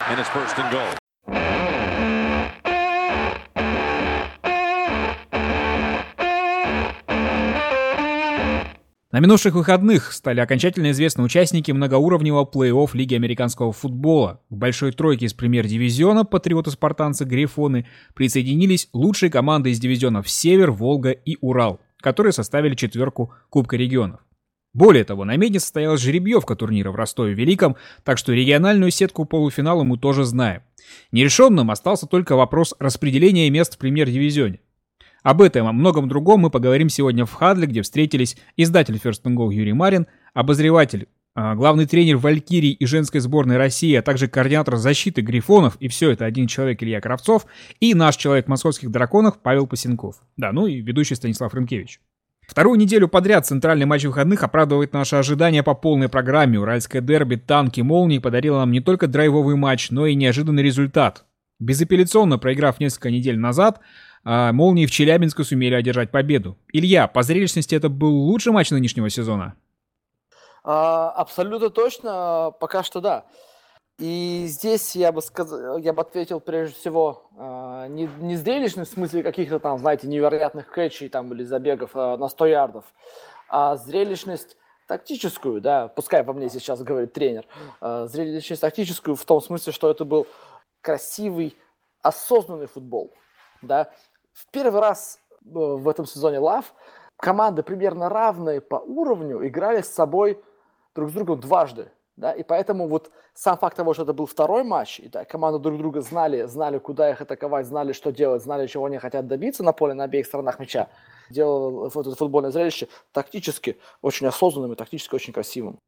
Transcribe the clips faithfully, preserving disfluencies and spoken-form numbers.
And it's first and goal. На минувших выходных стали окончательно известны участники многоуровневого плей-офф Лиги американского футбола. К большой тройке из премьер-дивизиона «Патриоты-спартанцы», «Грифоны» присоединились лучшие команды из дивизионов «Север», «Волга» и «Урал», которые составили четверку Кубка регионов. Более того, на медне состоялась жеребьевка турнира в Ростове-Великом, так что региональную сетку полуфинала мы тоже знаем. Нерешенным остался только вопрос распределения мест в премьер-дивизионе. Об этом и о многом другом мы поговорим сегодня в Хадле, где встретились издатель First and Goal Юрий Марин, обозреватель, главный тренер «Валькирий» и женской сборной России, а также координатор защиты «Грифонов», и все это один человек Илья Кравцов, и наш человек московских драконов Павел Пасенков. Да, ну и ведущий Станислав Рынкевич. Вторую неделю подряд центральный матч выходных оправдывает наши ожидания по полной программе. Уральское дерби «Танки Молнии» подарило нам не только драйвовый матч, но и неожиданный результат. Безапелляционно проиграв несколько недель назад, «Молнии» в Челябинске сумели одержать победу. Илья, по зрелищности это был лучший матч нынешнего сезона? А, абсолютно точно, пока что да. И здесь я бы сказал, я бы ответил прежде всего не, не зрелищный в смысле каких-то там, знаете, невероятных кэтчей там, или забегов на сто ярдов, а зрелищность тактическую, да, пускай по мне сейчас говорит тренер, зрелищность тактическую в том смысле, что это был красивый, осознанный футбол, да. В первый раз в этом сезоне ЛАВ команды примерно равные по уровню играли с собой друг с другом дважды. Да? И поэтому вот сам факт того, что это был второй матч, и да, команды друг друга знали, знали, куда их атаковать, знали, что делать, знали, чего они хотят добиться на поле на обеих сторонах мяча, делал это футбольное зрелище тактически очень осознанным и тактически очень красивым.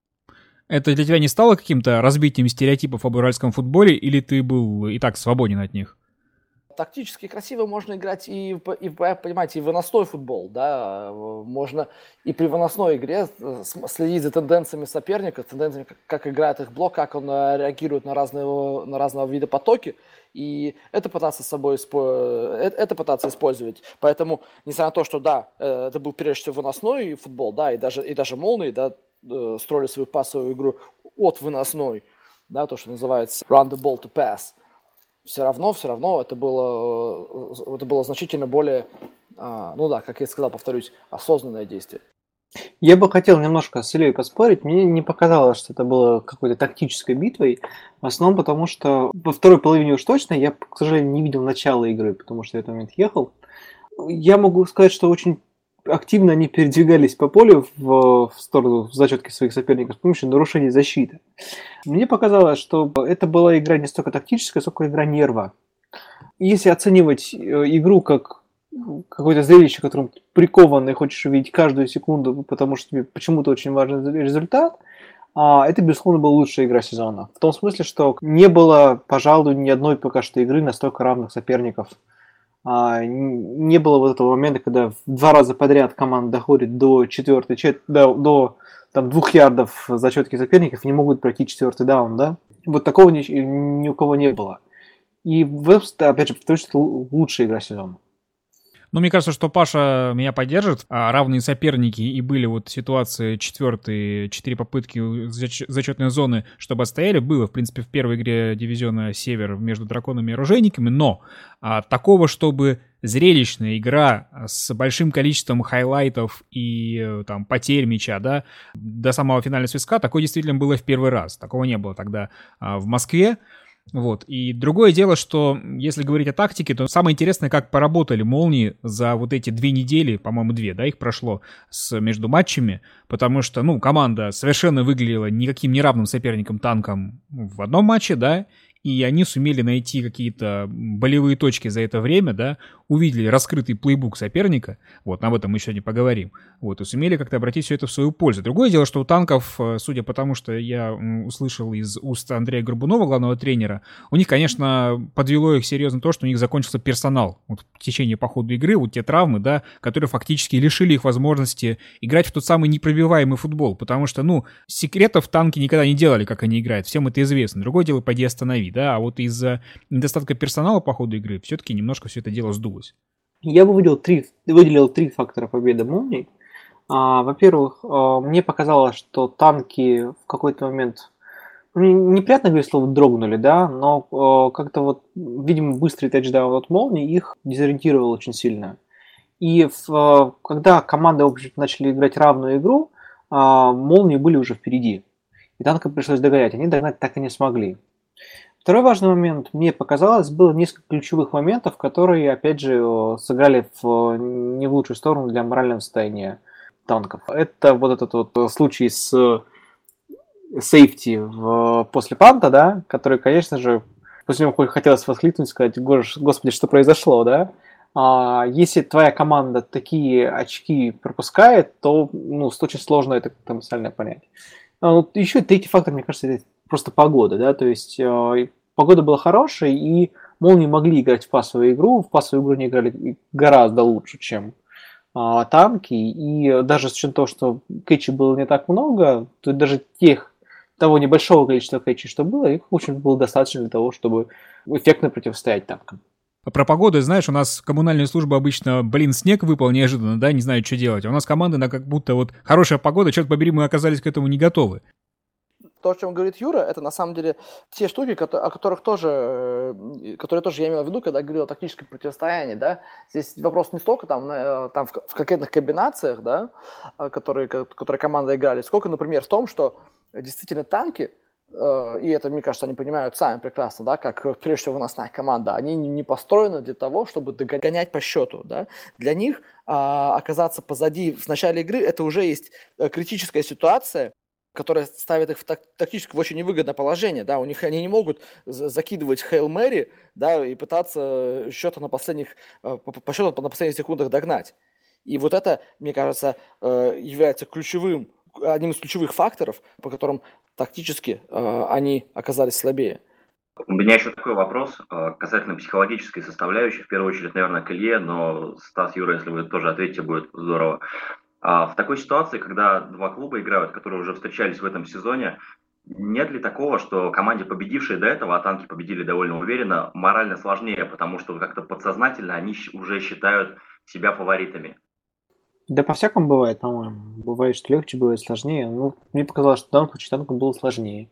Это для тебя не стало каким-то разбитием стереотипов об уральском футболе, или ты был и так свободен от них? Тактически красиво можно играть и, и, понимаете, и выносной футбол, да, можно и при выносной игре следить за тенденциями соперника, тенденциями, как, как играет их блок, как он реагирует на разные, на разного вида потоки, и это пытаться с собой это, это пытаться использовать. Поэтому, несмотря на то, что да, это был прежде всего выносной футбол, да, и даже, и даже Молнии, да, строили свою пассовую игру от выносной, да, то, что называется run the ball to pass. Все равно, все равно это было, это было значительно более, ну да, как я сказал, повторюсь, осознанное действие. Я бы хотел немножко с Ильей поспорить. Мне не показалось, что это было какой-то тактической битвой. В основном потому, что во второй половине уж точно я, к сожалению, не видел начала игры, потому что я в этот момент ехал. Я могу сказать, что очень активно они передвигались по полю в, в сторону в зачетки своих соперников с помощью нарушений защиты. Мне показалось, что это была игра не столько тактическая, сколько игра нерва. Если оценивать игру как какое-то зрелище, которым ты прикован и хочешь увидеть каждую секунду, потому что тебе почему-то очень важен результат, это, безусловно, была лучшая игра сезона. В том смысле, что не было, пожалуй, ни одной пока что игры настолько равных соперников. Не было вот этого момента, когда в два раза подряд команда доходит до четвертой, чет... до, до там, двух ярдов зачетки соперников и не могут пройти четвертый даун, да? Вот такого ни, ни у кого не было. И, опять же, повторюсь, это лучшая игра сезона. Ну, мне кажется, что Паша меня поддержит. А равные соперники и были вот ситуации четвертые, четыре попытки зачетной зоны, чтобы отстояли. Было, в принципе, в первой игре дивизиона «Север» между драконами и оружейниками, но а, такого, чтобы зрелищная игра с большим количеством хайлайтов и там потерь мяча, да, до самого финального свистка, такое действительно было в первый раз. Такого не было тогда а, в Москве. Вот. И другое дело, что если говорить о тактике, то самое интересное, как поработали «Молнии» за вот эти две недели, по-моему, две, да, их прошло с, между матчами, потому что, ну, команда совершенно выглядела никаким неравным соперником «Танком» в одном матче, да, и они сумели найти какие-то болевые точки за это время, да, увидели раскрытый плейбук соперника, вот, об этом мы сегодня поговорим, вот, и сумели как-то обратить все это в свою пользу. Другое дело, что у «Танков», судя по тому, что я услышал из уст Андрея Горбунова, главного тренера, у них, конечно, подвело их серьезно то, что у них закончился персонал. Вот в течение по ходу игры, вот те травмы, да, которые фактически лишили их возможности играть в тот самый непробиваемый футбол, потому что, ну, секретов «Танки» никогда не делали, как они играют, всем это известно. Другое дело, поди останови, да, а вот из-за недостатка персонала по ходу игры все-таки немножко все это дело сдулось. Я бы выделил три, выделил три фактора победы «Молний». А, во-первых, а, мне показалось, что «Танки» в какой-то момент Мне неприятно говорить слово дрогнули, да, но э, как-то вот, видимо, быстрый тачдаун от молнии их дезориентировал очень сильно. И в, э, когда команды, в общем, начали играть равную игру, э, молнии были уже впереди. И танкам пришлось догонять. Они догнать так и не смогли. Второй важный момент, мне показалось, было несколько ключевых моментов, которые, опять же, э, сыграли в, не в лучшую сторону для морального состояния танков. Это вот этот вот случай с сейфти в, после панта, да, который, конечно же, после него хотелось воскликнуть, сказать: Господи, что произошло, да? А если твоя команда такие очки пропускает, то, ну, очень сложно это как-то эмоционально понять. А вот еще третий фактор, мне кажется, это просто погода, да, то есть э, погода была хорошая, и молнии могли играть в пасовую игру, в пасовую игру они играли гораздо лучше, чем э, танки, и даже с учетом того, что кэтчей было не так много, то даже тех, того небольшого количества кэтчей, что было, их, в общем, было достаточно для того, чтобы эффектно противостоять танкам. Про погоду, знаешь, у нас коммунальная служба обычно, блин, снег выпал неожиданно, да, не знаю, что делать. А у нас команда, она как будто вот хорошая погода, черт побери, мы оказались к этому не готовы. То, о чем говорит Юра, это на самом деле те штуки, о которых тоже, которые тоже я имел в виду, когда говорил о тактическом противостоянии, да. Здесь вопрос не столько там, там в конкретных комбинациях, да, которые, которые команды играли, сколько, например, в том, что действительно танки, и это, мне кажется, они понимают сами прекрасно, да, как прежде всего выносная команда, они не построены для того, чтобы догонять по счету, да. Для них а, оказаться позади в начале игры, это уже есть критическая ситуация, которая ставит их в так, тактически в очень невыгодное положение, да, у них они не могут закидывать Hail Mary, да, и пытаться счета на последних, по, по счету на последних секундах догнать. И вот это, мне кажется, является ключевым, одним из ключевых факторов, по которым тактически э, они оказались слабее. У меня еще такой вопрос э, касательно психологической составляющей, в первую очередь, наверное, к Илье, но Стас, Юра, если вы тоже ответите, будет здорово. А в такой ситуации, когда два клуба играют, которые уже встречались в этом сезоне, нет ли такого, что команде, победившей до этого, а танки победили довольно уверенно, морально сложнее, потому что как-то подсознательно они уже считают себя фаворитами? Да по-всякому бывает, по-моему. Бывает, что легче, бывает сложнее. Ну, мне показалось, что в данном случае танку было сложнее.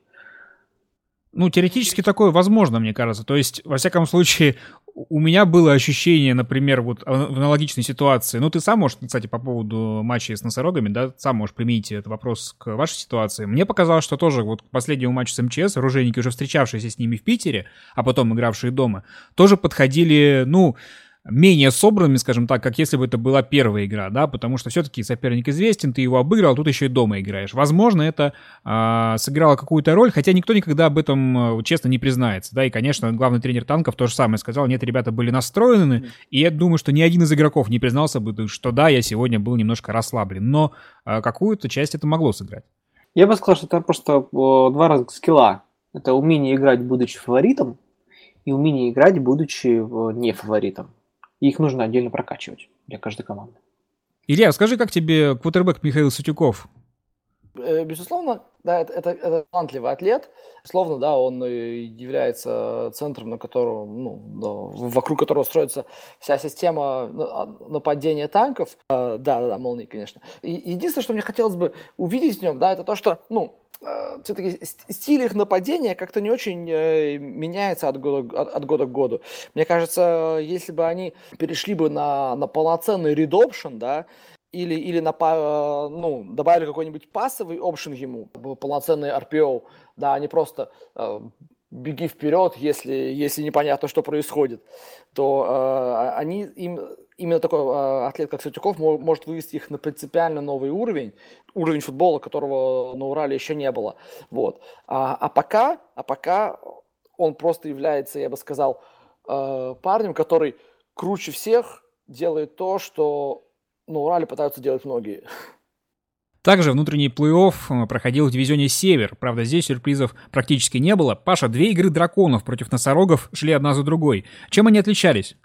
Ну, теоретически такое возможно, мне кажется. То есть, во всяком случае, у меня было ощущение, например, вот в аналогичной ситуации. Ну, ты сам можешь, кстати, по поводу матча с носорогами, да, сам можешь применить этот вопрос к вашей ситуации. Мне показалось, что тоже вот к последнему матчу с МЧС оружейники, уже встречавшиеся с ними в Питере, а потом игравшие дома, тоже подходили, ну, менее собранными, скажем так, как если бы это была первая игра, да, потому что все-таки соперник известен, ты его обыграл, тут еще и дома играешь. Возможно, это э, сыграло какую-то роль, хотя никто никогда об этом, честно, не признается, да, и, конечно, главный тренер танков то же самое сказал, нет, ребята были настроены, и я думаю, что ни один из игроков не признался бы, что да, я сегодня был немножко расслаблен, но э, какую-то часть это могло сыграть. Я бы сказал, что это просто э, два разных скилла. Это умение играть, будучи фаворитом, и умение играть, будучи э, не фаворитом. И их нужно отдельно прокачивать для каждой команды. Илья, скажи, как тебе квотербэк Михаил Сутюков? Безусловно, да, это, это, это талантливый атлет. Безусловно, да, он является центром, на котором, ну, вокруг которого строится вся система нападения танков. Да, да, да, молнии, конечно. И единственное, что мне хотелось бы увидеть в нем, да, это то, что, ну, все-таки стиль их нападения как-то не очень э, меняется от года, от, от года к году. Мне кажется, если бы они перешли бы на, на полноценный read option, да, или, или на, э, ну, добавили какой-нибудь пассовый option ему, полноценный ар пи о, да, а не просто э, беги вперед, если, если непонятно, что происходит, то э, они им... Именно такой э, атлет, как Сутюков, мо- может вывести их на принципиально новый уровень, уровень футбола, которого на Урале еще не было. Вот. А, а, пока, а пока он просто является, я бы сказал, э, парнем, который круче всех делает то, что на Урале пытаются делать многие. Также внутренний плей-офф проходил в дивизионе «Север». Правда, здесь сюрпризов практически не было. Паша, две игры драконов против носорогов шли одна за другой. Чем они отличались?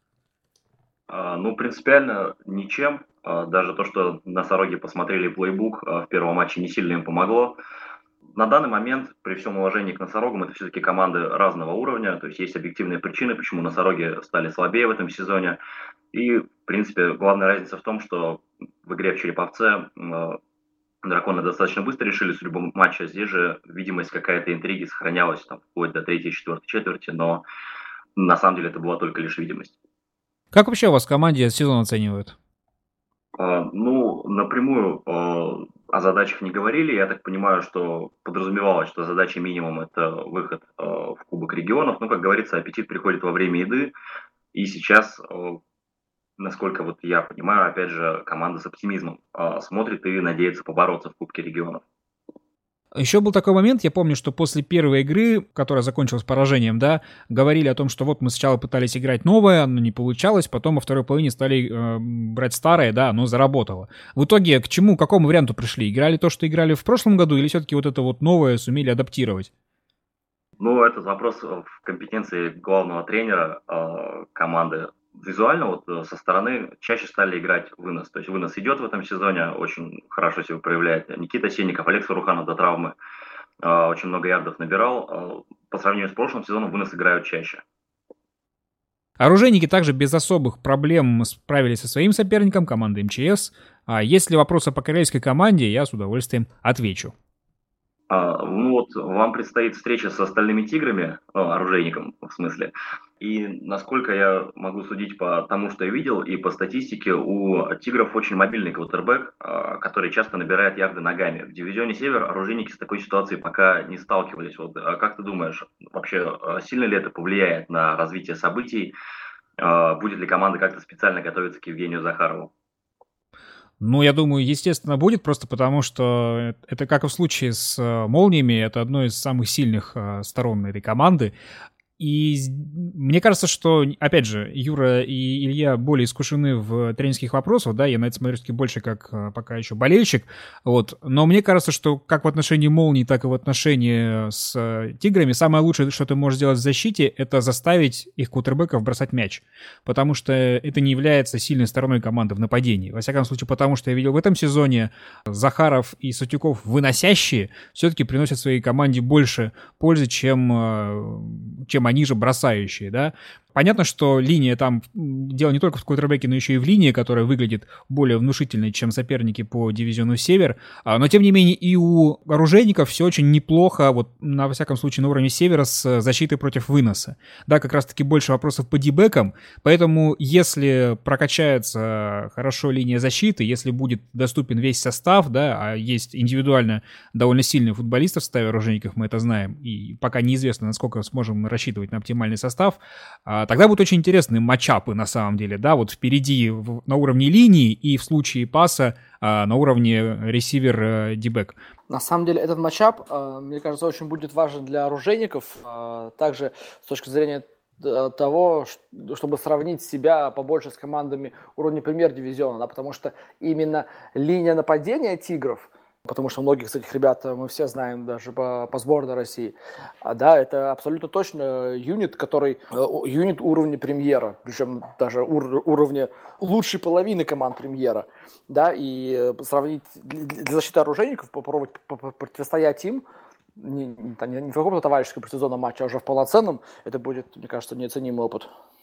Ну, принципиально ничем. Даже то, что носороги посмотрели плейбук в первом матче, не сильно им помогло. На данный момент, при всем уважении к носорогам, это все-таки команды разного уровня. То есть есть объективные причины, почему носороги стали слабее в этом сезоне. И, в принципе, главная разница в том, что в игре в Череповце Драконы достаточно быстро решили судьбу матча. Здесь же видимость какая-то интриги сохранялась там, вплоть до третьей, четвертой четверти, но на самом деле это была только лишь видимость. Как вообще у вас в команде сезон оценивают? Uh, ну, напрямую uh, о задачах не говорили. Я так понимаю, что подразумевалось, что задача минимум – это выход uh, в Кубок регионов. Ну, как говорится, аппетит приходит во время еды. И сейчас, uh, насколько вот я понимаю, опять же, команда с оптимизмом uh, смотрит и надеется побороться в Кубке регионов. Еще был такой момент, я помню, что после первой игры, которая закончилась поражением, да, говорили о том, что вот мы сначала пытались играть новое, оно не получалось, потом во второй половине стали э, брать старое, да, оно заработало. В итоге к чему, к какому варианту пришли? Играли то, что играли в прошлом году, или все-таки вот это вот новое сумели адаптировать? Ну, этот вопрос в компетенции главного тренера э, команды. Визуально вот со стороны чаще стали играть вынос. То есть вынос идет в этом сезоне, очень хорошо себя проявляет. Никита Сенников, Олег Саруханов до травмы э, очень много ярдов набирал. Э, по сравнению с прошлым сезоном вынос играют чаще. Оружейники также без особых проблем справились со своим соперником, командой эм че эс. А если вопросы по корейской команде, я с удовольствием отвечу. Uh, ну вот, вам предстоит встреча с остальными тиграми, ну, оружейником в смысле, и насколько я могу судить по тому, что я видел, и по статистике, у тигров очень мобильный квотербек, uh, который часто набирает ярды ногами. В дивизионе Север оружейники с такой ситуацией пока не сталкивались. Вот, а как ты думаешь, вообще сильно ли это повлияет на развитие событий? Uh, будет ли команда как-то специально готовиться к Евгению Захарову? Ну, я думаю, естественно, будет, просто потому что это, как и в случае с «Молниями», это одно из самых сильных сторон этой команды. И мне кажется, что, опять же, Юра и Илья более искушены в тренерских вопросах, да, я на это смотрю все-таки больше как пока еще болельщик, вот, но мне кажется, что как в отношении «Молний», так и в отношении с «Тиграми» самое лучшее, что ты можешь сделать в защите, это заставить их квотербеков бросать мяч, потому что это не является сильной стороной команды в нападении, во всяком случае, потому что я видел в этом сезоне Захаров и Сутюков выносящие все-таки приносят своей команде больше пользы, чем, чем они же бросающие, да. Понятно, что линия там, дело не только в квотербеке, но еще и в линии, которая выглядит более внушительной, чем соперники по дивизиону Север, но тем не менее и у оружейников все очень неплохо, вот на во всяком случае на уровне Севера с защитой против выноса. Да, как раз-таки больше вопросов по дебекам, поэтому если прокачается хорошо линия защиты, если будет доступен весь состав, да, а есть индивидуально довольно сильные футболисты в составе оружейников, мы это знаем, и пока неизвестно, насколько сможем рассчитывать на оптимальный состав, тогда будут очень интересные матчапы на самом деле, да, вот впереди в, на уровне линии и в случае паса а, на уровне ресивер-дебэк. На самом деле этот матчап, мне кажется, очень будет важен для оружейников, также с точки зрения того, чтобы сравнить себя побольше с командами уровня премьер-дивизиона, да, потому что именно линия нападения «Тигров», потому что многих из этих ребят мы все знаем даже по, по сборной России. А, да, это абсолютно точно юнит, который юнит уровня премьера, причем даже ур, уровня лучшей половины команд премьера. Да, и сравнить для защиты оружейников, попробовать противостоять им не, не, не в каком-то товарищеском предсезонном матче, а уже в полноценном, это будет, мне кажется, неоценимый опыт.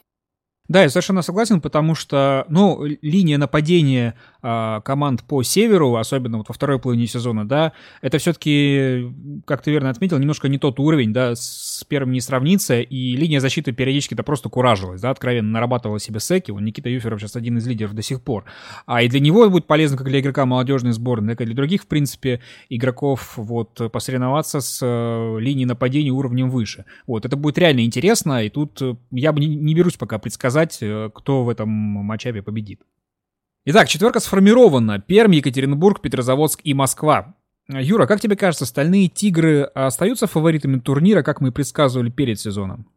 Да, я совершенно согласен, потому что, ну, линия нападения э, команд по северу, особенно вот во второй половине сезона, да, это все-таки, как ты верно отметил, немножко не тот уровень, да, с первым не сравнится, и линия защиты периодически-то просто куражилась, да, откровенно нарабатывала себе секи, он Никита Юферов сейчас один из лидеров до сих пор, а и для него будет полезно, как для игрока молодежной сборной, так и для других, в принципе, игроков, вот, посоревноваться с э, линией нападения уровнем выше, вот, это будет реально интересно, и тут я бы не, не берусь пока предсказать, кто в этом матчапе победит. Итак, четверка сформирована. Пермь, Екатеринбург, Петрозаводск и Москва. Юра, как тебе кажется, стальные «Тигры» остаются фаворитами турнира, как мы и предсказывали перед сезоном?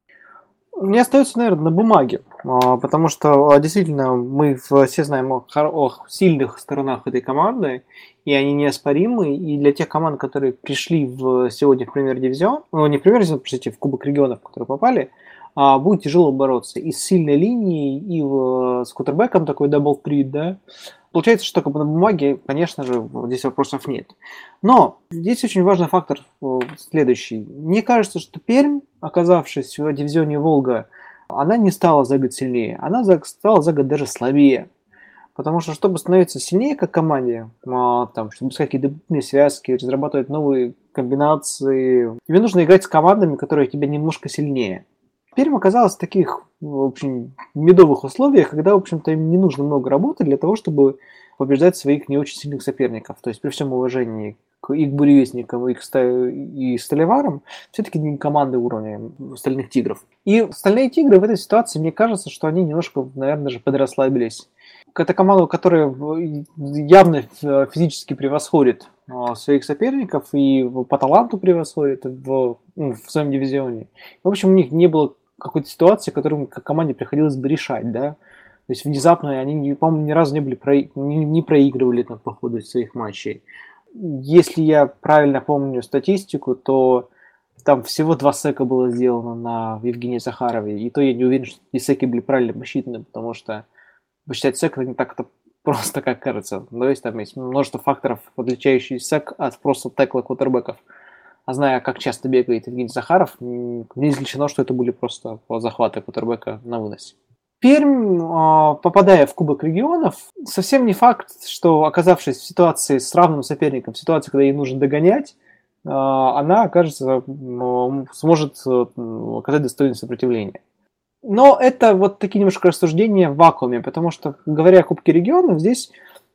Не остается, наверное, на бумаге, потому что действительно мы все знаем о, о сильных сторонах этой команды, и они неоспоримы, и для тех команд, которые пришли в, сегодня в премьер-дивизион, ну не в премьер-дивизион, простите, в Кубок регионов, в которые попали, будет тяжело бороться и с сильной линией, и в, с квотербеком такой дабл-трит, да. Получается, что на бумаге, конечно же, здесь вопросов нет. Но здесь очень важный фактор следующий. Мне кажется, что Пермь, оказавшись в дивизионе Волга, она не стала за год сильнее, она стала за год даже слабее. Потому что, чтобы становиться сильнее как команде, там, чтобы искать какие-то дополнительные связки, разрабатывать новые комбинации, тебе нужно играть с командами, которые тебя немножко сильнее. Пермь оказалась в таких, в общем, медовых условиях, когда, в общем-то, им не нужно много работы для того, чтобы побеждать своих не очень сильных соперников. То есть при всем уважении к их буревестникам и, к ста... и сталеварам, все-таки не команды уровня стальных тигров. И стальные тигры в этой ситуации, мне кажется, что они немножко, наверное, даже подрасслабились. Это команда, которая явно физически превосходит своих соперников и по таланту превосходит в, ну, в своем дивизионе. В общем, у них не было какой-то ситуации, которую команде приходилось бы решать, да. То есть внезапно они, по-моему, ни разу не были про... не, не проигрывали там, по ходу своих матчей. Если я правильно помню статистику, то там всего два сека было сделано на Евгении Захарове, и то я не уверен, что эти секи были правильно посчитаны, потому что посчитать сек это не так это просто, как кажется. То есть там есть множество факторов, отличающих сек от просто текла квотербеков. А зная, как часто бегает Евгений Захаров, не исключено, что это были просто захваты квотербека на выносе. Пермь, попадая в Кубок регионов, совсем не факт, что, оказавшись в ситуации с равным соперником, в ситуации, когда ей нужно догонять, она, окажется, сможет оказать достойное сопротивление. Но это вот такие немножко рассуждения в вакууме, потому что, говоря о Кубке регионов, здесь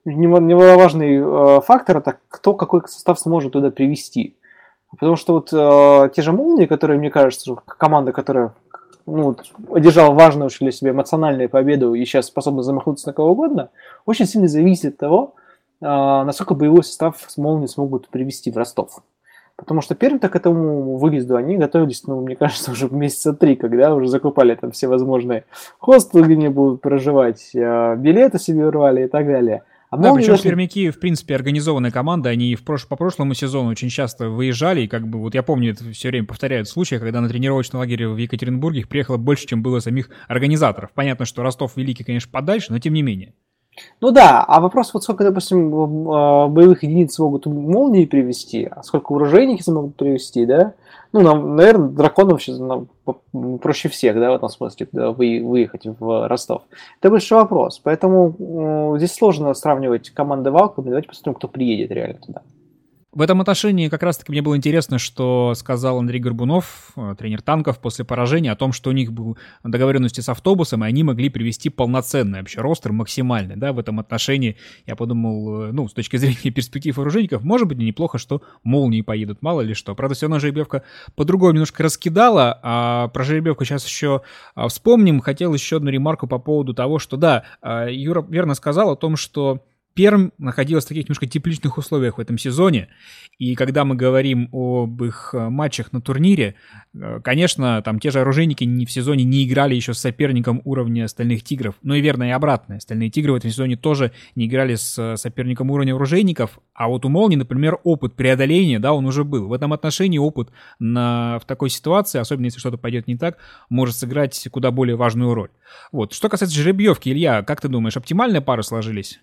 немаловажный фактор – это кто какой состав сможет туда привести. Потому что вот те же «Молнии», которые, мне кажется, команда, которая ну, одержала важную для себя эмоциональную победу и сейчас способна замахнуться на кого угодно, очень сильно зависит от того, насколько боевой состав с «Молнии» смогут привести в Ростов. Потому что Пермь к этому выезду они готовились, ну, мне кажется, уже месяца три, когда уже закупали там все возможные хостелы, где они будут проживать, билеты себе рвали и так далее. А да, причем даже... пермяки, в принципе, организованная команда, они в прош... по прошлому сезону очень часто выезжали, и как бы, вот я помню, это все время повторяют случаи, когда на тренировочный лагерь в Екатеринбурге их приехало больше, чем было самих организаторов. Понятно, что Ростов великий, конечно, подальше, но тем не менее. Ну да, а вопрос, вот сколько, допустим, боевых единиц могут «Молнии» привезти, а сколько оружейники смогут привезти, да? Ну, нам, наверное, драконов сейчас нам проще всех, да, в этом смысле, да, вы, выехать в Ростов. Это большой вопрос, поэтому э, здесь сложно сравнивать команды Валками. Давайте посмотрим, кто приедет реально туда. В этом отношении как раз-таки мне было интересно, что сказал Андрей Горбунов, тренер «Танков», после поражения, о том, что у них был договоренности с автобусом, и они могли привести полноценный вообще ростер, максимальный, да, в этом отношении. Я подумал, ну, с точки зрения перспектив оружейников, может быть, неплохо, что «Молнии» поедут, мало ли что. Правда, все равно жеребьевка по-другому немножко раскидала, а про жеребьевку сейчас еще вспомним. Хотел еще одну ремарку по поводу того, что, да, Юра верно сказал о том, что Пермь находилась в таких немножко тепличных условиях в этом сезоне, и когда мы говорим об их матчах на турнире, конечно, там те же оружейники не в сезоне не играли еще с соперником уровня «Стальных тигров», но и верно, и обратное. «Стальные тигры» в этом сезоне тоже не играли с соперником уровня оружейников, а вот у «Молнии», например, опыт преодоления, да, он уже был. В этом отношении опыт на, в такой ситуации, особенно если что-то пойдет не так, может сыграть куда более важную роль. Вот. Что касается жеребьевки, Илья, как ты думаешь, оптимальные пары сложились?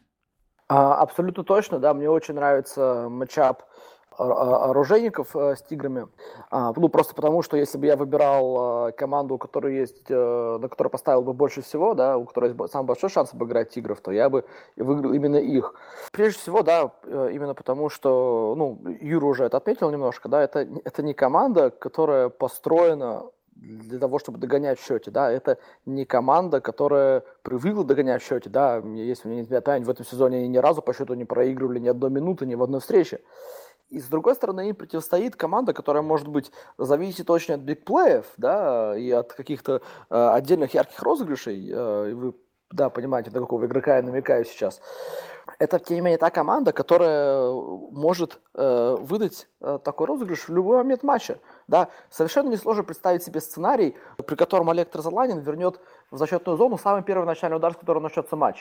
А, абсолютно точно, да, мне очень нравится матчап оружейников э, с тиграми. А, ну, просто потому, что если бы я выбирал э, команду, у которой есть, э, на которой поставил бы больше всего, да, у которой есть самый большой шанс обыграть тигров, то я бы выиграл именно их. Прежде всего, да, э, именно потому, что, ну, Юра уже это отметил немножко, да, это, это не команда, которая построена для того, чтобы догонять в счете, да, это не команда, которая привыкла догонять в счете, да, если мне не изменяет память, в этом сезоне они ни разу по счету не проигрывали ни одной минуты, ни в одной встрече. И с другой стороны, им противостоит команда, которая, может быть, зависит очень от бигплеев, да, и от каких-то э, отдельных ярких розыгрышей, э, и вы, да, понимаете, на какого игрока я намекаю сейчас. Это, тем не менее, та команда, которая может э, выдать э, такой розыгрыш в любой момент матча. Да? Совершенно несложно представить себе сценарий, при котором Олег Тарзаланин вернет в зачетную зону самый первый начальный удар, с которого начнется матч.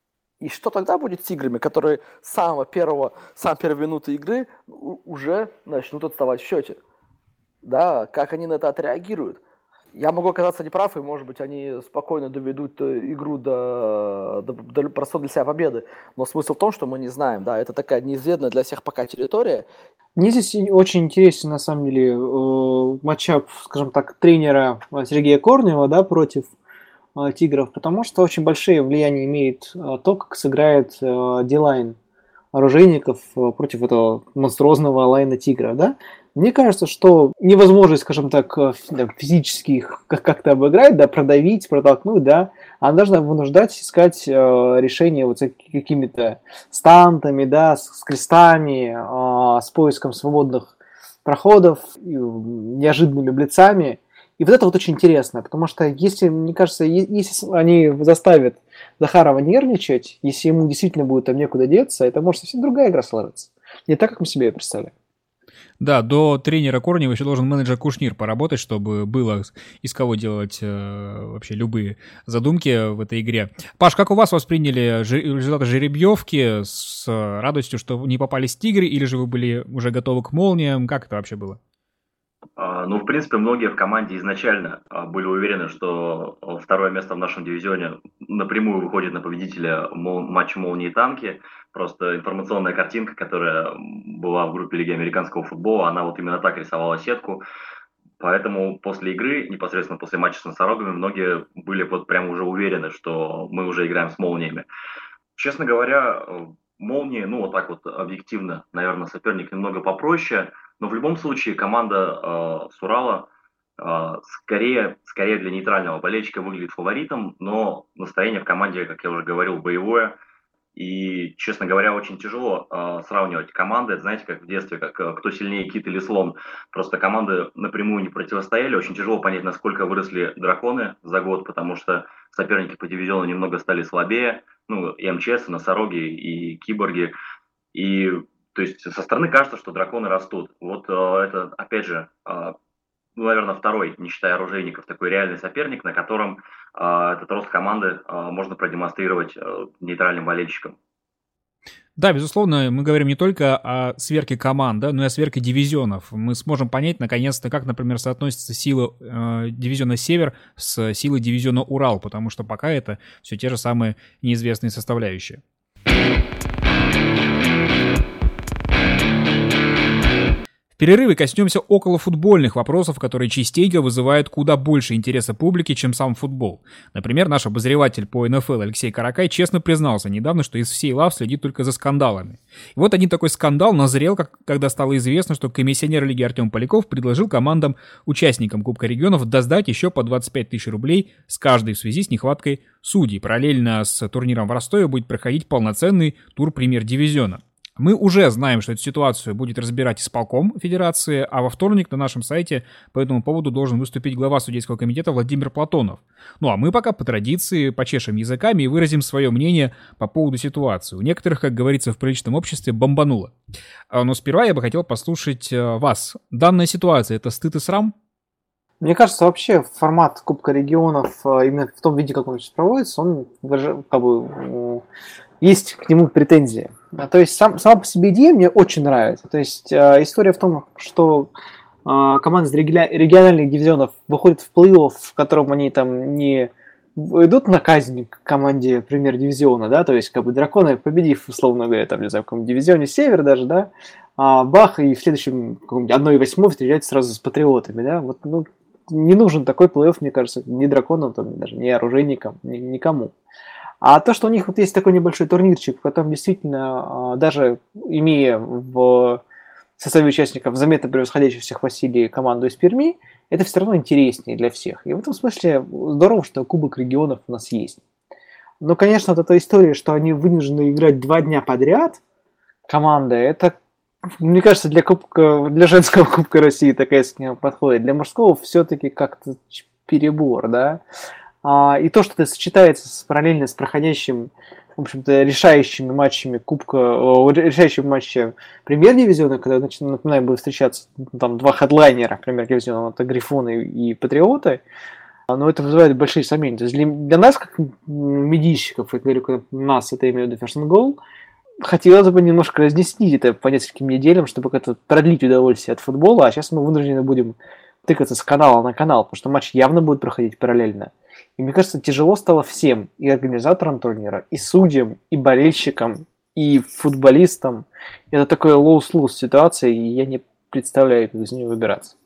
И что тогда будет с тиграми, которые с самого первого, самой первой минуты игры уже начнут отставать в счете? Да? Как они на это отреагируют? Я могу оказаться неправ, и, может быть, они спокойно доведут игру до, до, до просто для себя победы. Но смысл в том, что мы не знаем. Да, это такая неизведанная для всех пока территория. Мне здесь очень интересен, на самом деле, матчап, скажем так, тренера Сергея Корнева, да, против э, Тигров, потому что очень большие влияния имеет э, то, как сыграет э, Дилайн оружейников э, против этого монструозного лайна Тигра, да? Мне кажется, что невозможно, скажем так, э, фи- да, физически их как- как-то обыграть, да, продавить, протолкнуть, да, она должна вынуждать искать э, решение вот с какими-то стантами, да, с, с крестами, э, с поиском свободных проходов, и, м, неожиданными блицами. И вот это вот очень интересно, потому что если, мне кажется, е- если они заставят Захарова нервничать, если ему действительно будет там некуда деться, это может совсем другая игра сложиться. Не так, как мы себе ее представляем. Да, до тренера Корнева еще должен менеджер Кушнир поработать, чтобы было из кого делать э, вообще любые задумки в этой игре. Паш, как у вас восприняли жи- результаты жеребьевки? С радостью, что не попались тигры, или же вы были уже готовы к молниям? Как это вообще было? А, Ну, в принципе, многие в команде изначально а, были уверены, что а, второе место в нашем дивизионе напрямую выходит на победителя мол- матча «Молнии» и «Танки». Просто информационная картинка, которая м, была в группе Лиги американского футбола, она вот именно так рисовала сетку. Поэтому после игры, непосредственно после матча с «Носорогами», многие были вот прям уже уверены, что мы уже играем с «Молниями». Честно говоря, э, «Молнии», ну вот так вот объективно, наверное, соперник немного попроще, но в любом случае команда э, с Урала э, скорее, скорее для нейтрального болельщика выглядит фаворитом, но настроение в команде, как я уже говорил, боевое. И, честно говоря, очень тяжело э, сравнивать команды. Это, знаете, как в детстве, как э, кто сильнее, кит или слон. Просто команды напрямую не противостояли. Очень тяжело понять, насколько выросли драконы за год, потому что соперники по дивизиону немного стали слабее. Ну, и МЧС, и Носороги, и Киборги. И, то есть, со стороны кажется, что драконы растут. Вот э, это, опять же, э, ну, наверное, второй, не считая оружейников, такой реальный соперник, на котором э, этот рост команды э, можно продемонстрировать э, нейтральным болельщикам. Да, безусловно, мы говорим не только о сверке команд, да, но и о сверке дивизионов. Мы сможем понять, наконец-то, как, например, соотносится сила э, дивизиона «Север» с силой дивизиона «Урал», потому что пока это все те же самые неизвестные составляющие. В перерыве коснемся околофутбольных вопросов, которые частенько вызывают куда больше интереса публики, чем сам футбол. Например, наш обозреватель по эн эф эл Алексей Каракай честно признался недавно, что из всей лав следит только за скандалами. И вот один такой скандал назрел, как, когда стало известно, что комиссионер лиги Артем Поляков предложил командам, участникам Кубка регионов, досдать еще по двадцать пять тысяч рублей с каждой в связи с нехваткой судей. Параллельно с турниром в Ростове будет проходить полноценный тур премьер-дивизиона. Мы уже знаем, что эту ситуацию будет разбирать исполком Федерации, а во вторник на нашем сайте по этому поводу должен выступить глава судейского комитета Владимир Платонов. Ну а мы пока по традиции почешем языками и выразим свое мнение по поводу ситуации. У некоторых, как говорится в приличном обществе, бомбануло. Но сперва я бы хотел послушать вас. Данная ситуация — это стыд и срам? Мне кажется, вообще формат Кубка регионов, именно в том виде, как он сейчас проводится, он как бы, есть к нему претензии. То есть сам, сама по себе идея мне очень нравится. То есть э, история в том, что э, команды из региона- региональных дивизионов выходят в плей-офф, в котором они там не идут на казнь к команде премьер-дивизиона, да, то есть как бы драконы, победив, условно говоря, там, не знаю, в каком дивизионе Север даже, да, а бах, и в следующем одна восьмой встречать сразу с патриотами, да, вот, ну, не нужен такой плей-офф, мне кажется, ни драконам, там, даже ни оружейникам, ни, никому. А то, что у них вот есть такой небольшой турнирчик, в котором действительно, даже имея в составе участников заметно превосходящих всех Василий команду из Перми, это все равно интереснее для всех. И в этом смысле здорово, что Кубок регионов у нас есть. Но, конечно, вот эта история, что они вынуждены играть два дня подряд, команда, это, мне кажется, для, кубка, для женского Кубка России такая схема подходит. Для мужского все-таки как-то перебор, да. А, и то, что это сочетается с, параллельно с проходящим, в общем-то, решающими матчами Кубка, решающими матчами премьер-дивизиона, когда, напоминаю, будут встречаться там два хедлайнера премьер-дивизиона, это Грифоны и Патриоты, но это вызывает большие сомнения. То есть для, для нас, как медийщиков, я говорю, нас, это имею в виду First and Goal, хотелось бы немножко разнести это по нескольким неделям, чтобы как-то продлить удовольствие от футбола, а сейчас мы вынуждены будем тыкаться с канала на канал, потому что матч явно будет проходить параллельно. И мне кажется, тяжело стало всем, и организаторам турнира, и судьям, и болельщикам, и футболистам. Это такая lose-lose ситуация, и я не представляю, как из нее выбираться.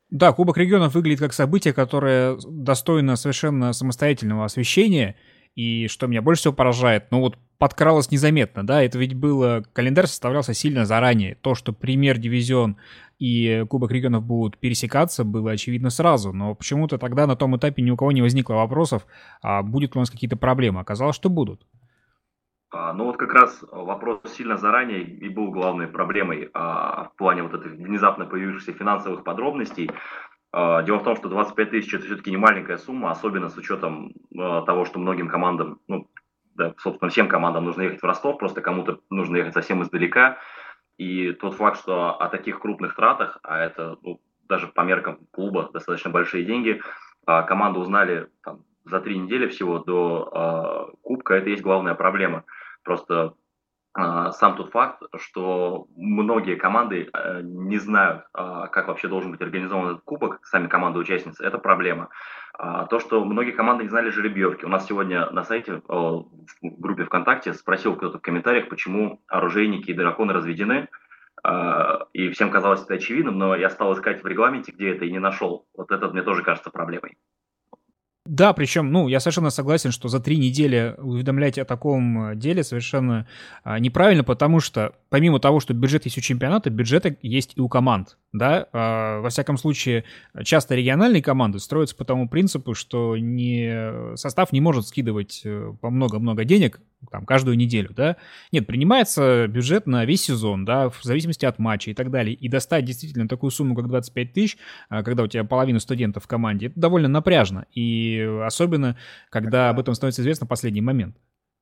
Да, Кубок регионов выглядит как событие, которое достойно совершенно самостоятельного освещения. И что меня больше всего поражает, ну вот подкралось незаметно, да, это ведь было, календарь составлялся сильно заранее. То, что премьер-дивизион и Кубок регионов будут пересекаться, было очевидно сразу. Но почему-то тогда на том этапе ни у кого не возникло вопросов, а будет ли у нас какие-то проблемы. Оказалось, что будут. А, ну вот как раз вопрос сильно заранее и был главной проблемой а, в плане вот этих внезапно появившихся финансовых подробностей. А, дело в том, что двадцать пять тысяч это все-таки не маленькая сумма, особенно с учетом а, того, что многим командам, ну, да, собственно, всем командам нужно ехать в Ростов, просто кому-то нужно ехать совсем издалека. И тот факт, что о таких крупных тратах, а это ну, даже по меркам клуба достаточно большие деньги, а, команды узнали там, за три недели всего до а, Кубка, это есть главная проблема. Просто а, сам тот факт, что многие команды а, не знают, а, как вообще должен быть организован этот кубок, сами команды-участницы, это проблема. А, то, что многие команды не знали жеребьевки. У нас сегодня на сайте, а, в группе ВКонтакте, спросил кто-то в комментариях, почему оружейники и драконы разведены. А, и всем казалось это очевидным, но я стал искать в регламенте, где это, и не нашел. Вот это мне тоже кажется проблемой. Да, причем, ну, я совершенно согласен, что за три недели уведомлять о таком деле совершенно а, неправильно, потому что помимо того, что бюджет есть у чемпионата, бюджеты есть и у команд, да, а, во всяком случае, часто региональные команды строятся по тому принципу, что не, состав не может скидывать по много-много денег, там, каждую неделю, да, нет, принимается бюджет на весь сезон, да, в зависимости от матча и так далее, и достать действительно такую сумму, как двадцать пять тысяч, когда у тебя половина студентов в команде, это довольно напряжно, и особенно, когда об этом становится известно в последний момент.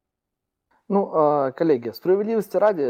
Ну, коллеги, справедливости ради,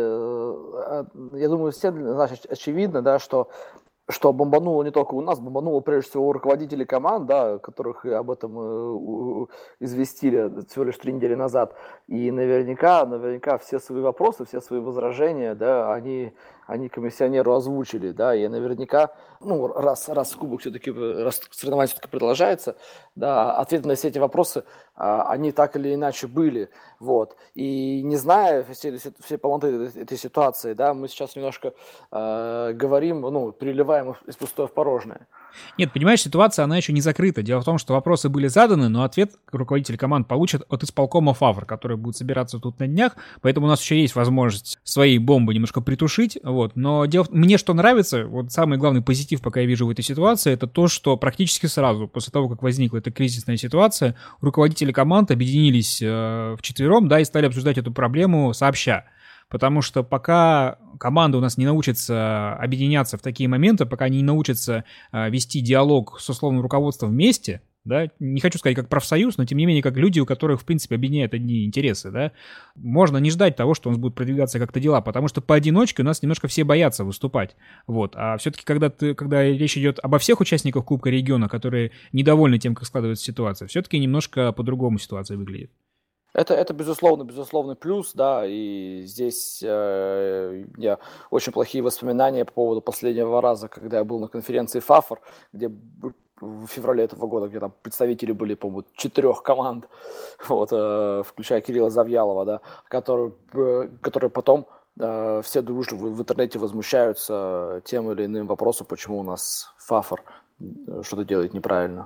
я думаю, всем значит, очевидно, да, что что бомбануло не только у нас, бомбануло прежде всего у руководителей команд, да, которых об этом известили всего лишь три недели назад. И наверняка, наверняка все свои вопросы, все свои возражения, да, они, они комиссионеру озвучили, да, и наверняка, ну, раз, раз кубок все-таки, раз соревнование все-таки продолжается, да, ответы на все эти вопросы, они так или иначе были, вот. И не зная все, все полноты этой ситуации, да, мы сейчас немножко э, говорим, ну, переливаем из пустого в порожнее. Нет, понимаешь, ситуация, она еще не закрыта. Дело в том, что вопросы были заданы, но ответ руководитель команд получит от исполкома ФАВР, который будет собираться тут на днях, поэтому у нас еще есть возможность свои бомбы немножко притушить, вот. Но дело в... мне что нравится, вот самый главный позитив, пока я вижу в этой ситуации, это то, что практически сразу, после того, как возникла эта кризисная ситуация, руководители команд объединились э, вчетвером, да, и стали обсуждать эту проблему сообща. Потому что пока команда у нас не научится объединяться в такие моменты, пока они не научатся э, вести диалог с условным руководством вместе, да, не хочу сказать как профсоюз, но тем не менее как люди, у которых, в принципе, объединяют одни интересы, да, можно не ждать того, что у нас будут продвигаться как-то дела, потому что поодиночке у нас немножко все боятся выступать, вот, а все-таки когда, ты, когда речь идет обо всех участниках Кубка региона, которые недовольны тем, как складывается ситуация, все-таки немножко по-другому ситуация выглядит. Это, это безусловно, безусловный плюс, да, и здесь э, у меня очень плохие воспоминания по поводу последнего раза, когда я был на конференции ФАФР, где в феврале этого года, где там представители были, по-моему, четырех команд, вот, э, включая Кирилла Завьялова, да, которые, э, которые потом э, все дружно в, в интернете возмущаются тем или иным вопросом, почему у нас ФАФР что-то делает неправильно.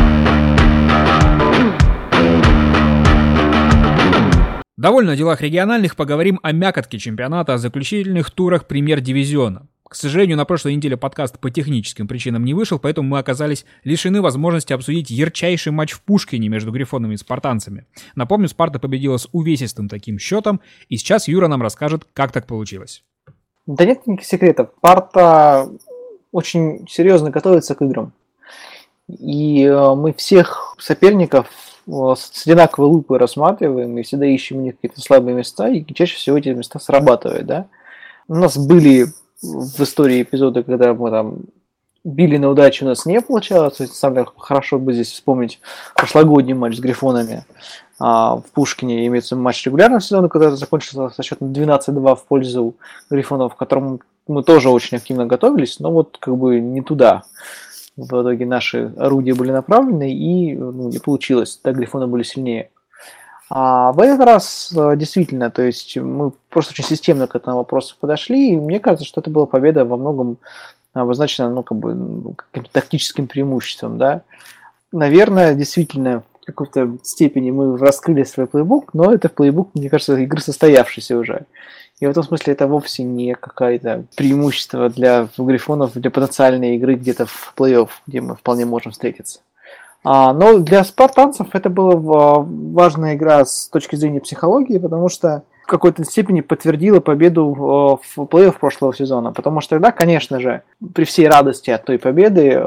Довольно о делах региональных, поговорим о мякотке чемпионата, о заключительных турах премьер-дивизиона. К сожалению, на прошлой неделе подкаст по техническим причинам не вышел, поэтому мы оказались лишены возможности обсудить ярчайший матч в Пушкине между Грифонами и спартанцами. Напомню, Спарта победила с увесистым таким счетом, и сейчас Юра нам расскажет, как так получилось. Да нет никаких секретов. Спарта очень серьезно готовится к играм. И мы всех соперников с одинаковой лупой рассматриваем и всегда ищем у них какие-то слабые места, и чаще всего эти места срабатывают, да. У нас были в истории эпизоды, когда мы там били на удачу, у нас не получалось. Самое хорошо бы здесь вспомнить прошлогодний матч с Грифонами а, в Пушкине, имеется матч регулярного сезона, который закончился со счетом двенадцать-два в пользу Грифонов, к которому мы тоже очень активно готовились, но вот как бы не туда. В итоге наши орудия были направлены, и ну, не получилось, так Грифоны были сильнее. А в этот раз действительно, то есть мы просто очень системно к этому вопросу подошли, и мне кажется, что это была победа во многом обозначено, ну, как бы, каким-то тактическим преимуществом, да. Наверное, действительно, в какой-то степени мы раскрыли свой плейбук, но это плейбук, мне кажется, игры состоявшейся уже. И в этом смысле это вовсе не какое-то преимущество для грифонов, для потенциальной игры где-то в плей-офф, где мы вполне можем встретиться. А, но для спартанцев это была важная игра с точки зрения психологии, потому что в какой-то степени подтвердила победу в плей-офф прошлого сезона. Потому что тогда, конечно же, при всей радости от той победы,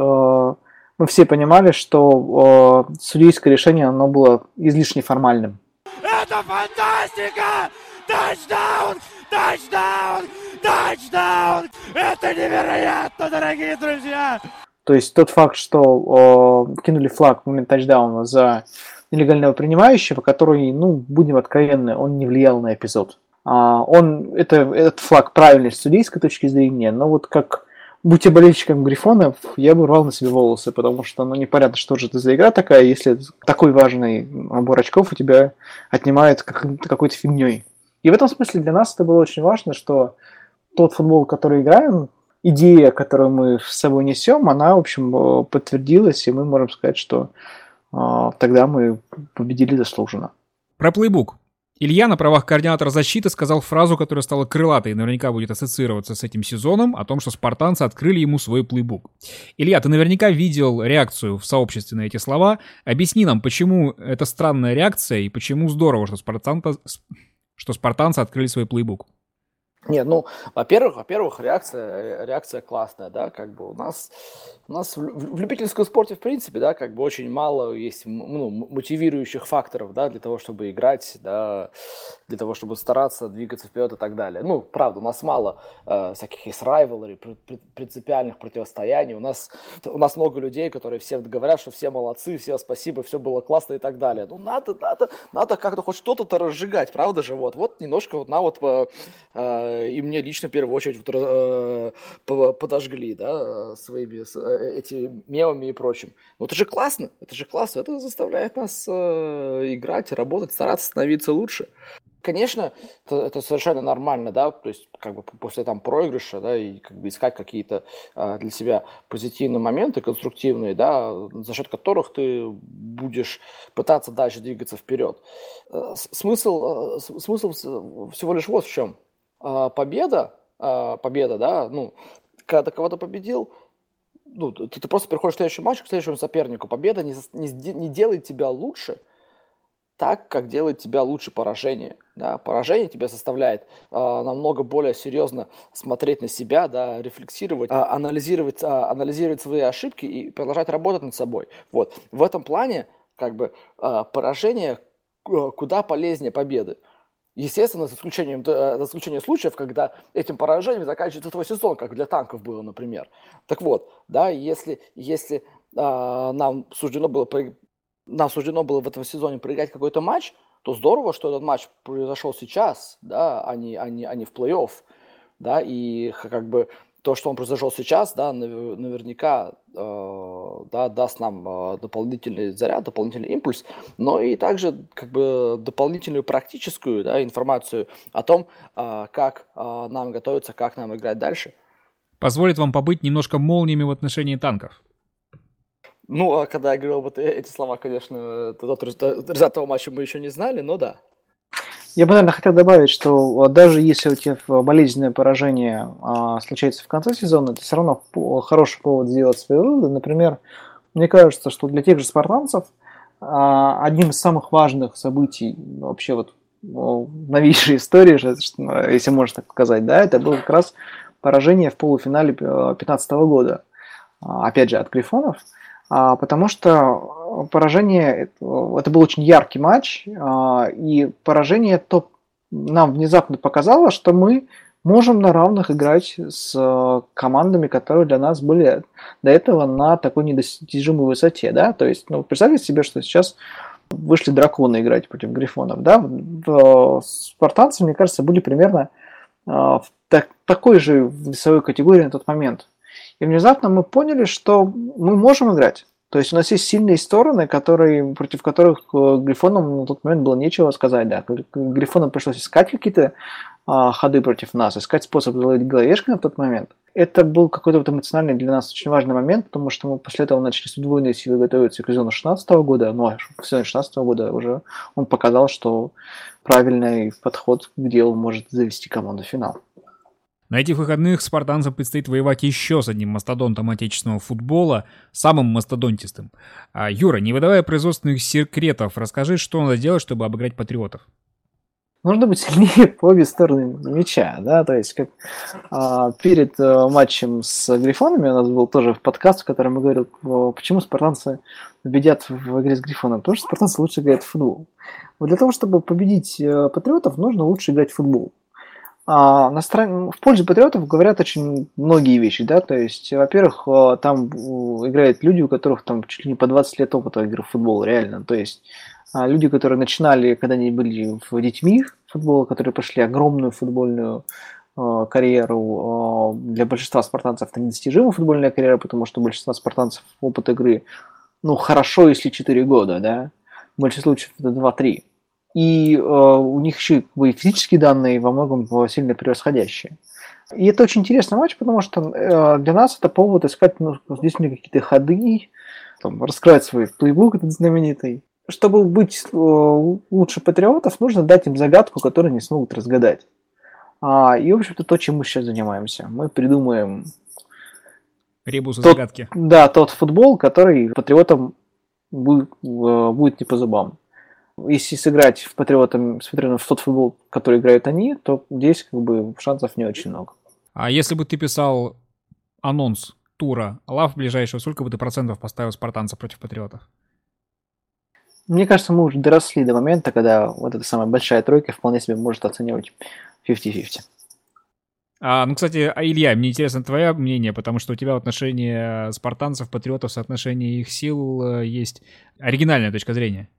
мы все понимали, что судейское решение оно было излишне формальным. Это фантастика! Тачдаун! Тачдаун! Тачдаун! Это невероятно, дорогие друзья! То есть тот факт, что э, кинули флаг в момент тачдауна за нелегального принимающего, который, ну, будем откровенны, он не влиял на эпизод. А, он, это, этот флаг правильный с судейской точки зрения, но вот как, будь я болельщиком Грифонов, я бы рвал на себе волосы, потому что, ну, непонятно, что же это за игра такая, если такой важный набор очков у тебя отнимает какой-то фигней. И в этом смысле для нас это было очень важно, что тот футбол, который играем, идея, которую мы с собой несем, она, в общем, подтвердилась, и мы можем сказать, что э, тогда мы победили заслуженно. Про плейбук. Илья на правах координатора защиты сказал фразу, которая стала крылатой и наверняка будет ассоциироваться с этим сезоном, о том, что спартанцы открыли ему свой плейбук. Илья, ты наверняка видел реакцию в сообществе на эти слова. Объясни нам, почему это странная реакция и почему здорово, что спартанцы, что спартанцы открыли свой плейбук. Нет, ну, во-первых, во-первых, реакция, реакция классная, да, как бы у нас, у нас в, в любительском спорте, в принципе, да, как бы очень мало есть, ну, мотивирующих факторов, да, для того, чтобы играть, да, для того, чтобы стараться двигаться вперед и так далее. Ну, правда, у нас мало э, всяких есть rivalry, принципиальных противостояний, у нас, у нас много людей, которые все говорят, что все молодцы, все спасибо, все было классно и так далее. Ну, надо, надо, надо как-то хоть что-то разжигать, правда же, вот, вот немножко вот на вот э, э, и мне лично в первую очередь вот, подожгли, да, своими этими мемами и прочим. Но это же классно, это же классно, это заставляет нас э, играть, работать, стараться становиться лучше. Конечно, это, это совершенно нормально, да, то есть как бы после там проигрыша, да, и как бы искать какие-то э, для себя позитивные моменты, конструктивные, да, за счет которых ты будешь пытаться дальше двигаться вперед. Э, смысл, э, смысл всего лишь вот в чем. Победа, победа, да, ну, когда ты кого-то победил, ну, ты, ты просто приходишь в следующий матч к следующему сопернику. Победа не, не, не делает тебя лучше так, как делает тебя лучше поражение. Да? Поражение тебя заставляет а, намного более серьезно смотреть на себя, да, рефлексировать, а, анализировать, а, анализировать свои ошибки и продолжать работать над собой. Вот. В этом плане, как бы, а, поражение куда полезнее победы. Естественно, за исключением, за исключением случаев, когда этим поражением заканчивается твой сезон, как для танков было, например. Так вот, да, если, если а, нам, суждено было, нам суждено было в этом сезоне проиграть какой-то матч, то здорово, что этот матч произошел сейчас, да, а не, а не, а не в плей-офф. Да, и как бы то, что он произошел сейчас, да, наверняка э, да, даст нам э, дополнительный заряд, дополнительный импульс, но и также как бы дополнительную практическую, да, информацию о том, э, как э, нам готовиться, как нам играть дальше. Позволит вам побыть немножко молниями в отношении танков. Ну, а когда я говорил вот эти слова, конечно, результат того матча мы еще не знали, но да. Я бы, наверное, хотел добавить, что даже если у тебя болезненное поражение а, случается в конце сезона, это все равно хороший повод сделать свои выводы. Например, мне кажется, что для тех же спартанцев а, одним из самых важных событий вообще вот в новейшей истории, если можно так сказать, да, это было как раз поражение в полуфинале две тысячи пятнадцатого года. Опять же, от Грифонов. Потому что поражение, это был очень яркий матч, и поражение то нам внезапно показало, что мы можем на равных играть с командами, которые для нас были до этого на такой недостижимой высоте. Да? То есть, ну, представьте себе, что сейчас вышли драконы играть против Грифонов. Да? Спартанцы, мне кажется, были примерно в такой же весовой категории на тот момент. И внезапно мы поняли, что мы можем играть. То есть у нас есть сильные стороны, которые, против которых э, Грифонам на тот момент было нечего сказать. Да. Гри- Грифонам пришлось искать какие-то а, ходы против нас, искать способ заловить головешкой на тот момент. Это был какой-то вот эмоциональный для нас очень важный момент, потому что мы после этого начали с удвоенной силой готовиться к сезону шестнадцатого года, но в сезоне шестнадцатого года уже он показал, что правильный подход к делу может завести команду в финал. На этих выходных спартанцам предстоит воевать еще с одним мастодонтом отечественного футбола, самым мастодонтистым. А, Юра, не выдавая производственных секретов, расскажи, что надо делать, чтобы обыграть патриотов. Нужно быть сильнее по обе стороны мяча, да, то есть как а, перед а, матчем с Грифонами у нас был тоже подкаст, в котором я говорил, почему спартанцы победят в игре с Грифоном, потому что спартанцы лучше играют в футбол. Вот для того, чтобы победить а, патриотов, нужно лучше играть в футбол. А, на стороне, в пользу патриотов говорят очень многие вещи, да, то есть, во-первых, там играют люди, у которых там чуть ли не по двадцать лет опыта игры в футбол, реально, то есть люди, которые начинали, когда они были детьми футбола, которые прошли огромную футбольную э, карьеру, э, для большинства спартанцев это недостижимая футбольная карьера, потому что у большинства спартанцев опыт игры, ну, хорошо, если четыре года, да, в большинстве случаев это два-три. И э, у них еще и физические данные во многом сильно превосходящие. И это очень интересный матч, потому что э, для нас это повод искать, ну, здесь какие-то ходы, там, раскрывать свой плейбук этот знаменитый. Чтобы быть э, лучше патриотов, нужно дать им загадку, которую они смогут разгадать. А, и, в общем-то, то, чем мы сейчас занимаемся. Мы придумаем... Ребусы тот, загадки. Да, тот футбол, который патриотам будет, э, будет не по зубам. Если сыграть в патриотам, с патриотом в тот футбол, который играют они, то здесь как бы шансов не очень много. А если бы ты писал анонс тура Лав ближайшего, сколько бы ты процентов поставил спартанцев против патриотов? Мне кажется, мы уже доросли до момента, когда вот эта самая большая тройка вполне себе может оценивать пятьдесят на пятьдесят. А, ну, кстати, а, Илья, мне интересно твое мнение, потому что у тебя в отношении спартанцев, патриотов, соотношение их сил есть оригинальная точка зрения.